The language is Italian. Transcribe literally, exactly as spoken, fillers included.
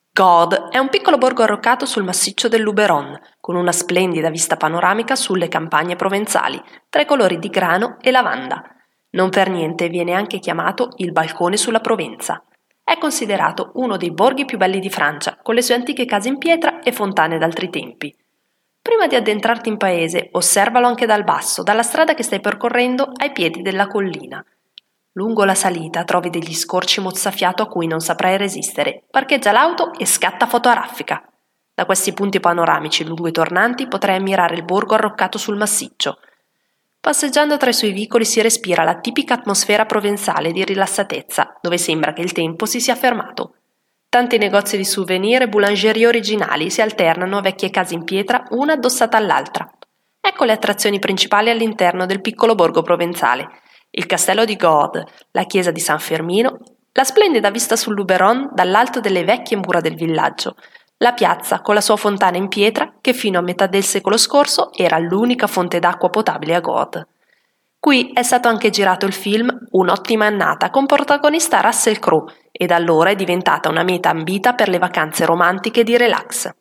Gordes è un piccolo borgo arroccato sul massiccio del Luberon, con una splendida vista panoramica sulle campagne provenzali, tra i colori di grano e lavanda. Non per niente viene anche chiamato il balcone sulla Provenza. È considerato uno dei borghi più belli di Francia, con le sue antiche case in pietra e fontane d'altri tempi. Prima di addentrarti in paese, osservalo anche dal basso, dalla strada che stai percorrendo ai piedi della collina. Lungo la salita trovi degli scorci mozzafiato a cui non saprai resistere. Parcheggia l'auto e scatta foto a raffica. Da questi punti panoramici lungo i tornanti potrai ammirare il borgo arroccato sul massiccio. Passeggiando tra i suoi vicoli si respira la tipica atmosfera provenzale di rilassatezza, dove sembra che il tempo si sia fermato. Tanti negozi di souvenir e boulangerie originali si alternano a vecchie case in pietra una addossata all'altra. Ecco le attrazioni principali all'interno del piccolo borgo provenzale. Il castello di Gordes, la chiesa di San Fermino, la splendida vista sul Luberon dall'alto delle vecchie mura del villaggio, la piazza con la sua fontana in pietra che fino a metà del secolo scorso era l'unica fonte d'acqua potabile a Gordes. Qui è stato anche girato il film Un'ottima annata con protagonista Russell Crowe e da allora è diventata una meta ambita per le vacanze romantiche di relax.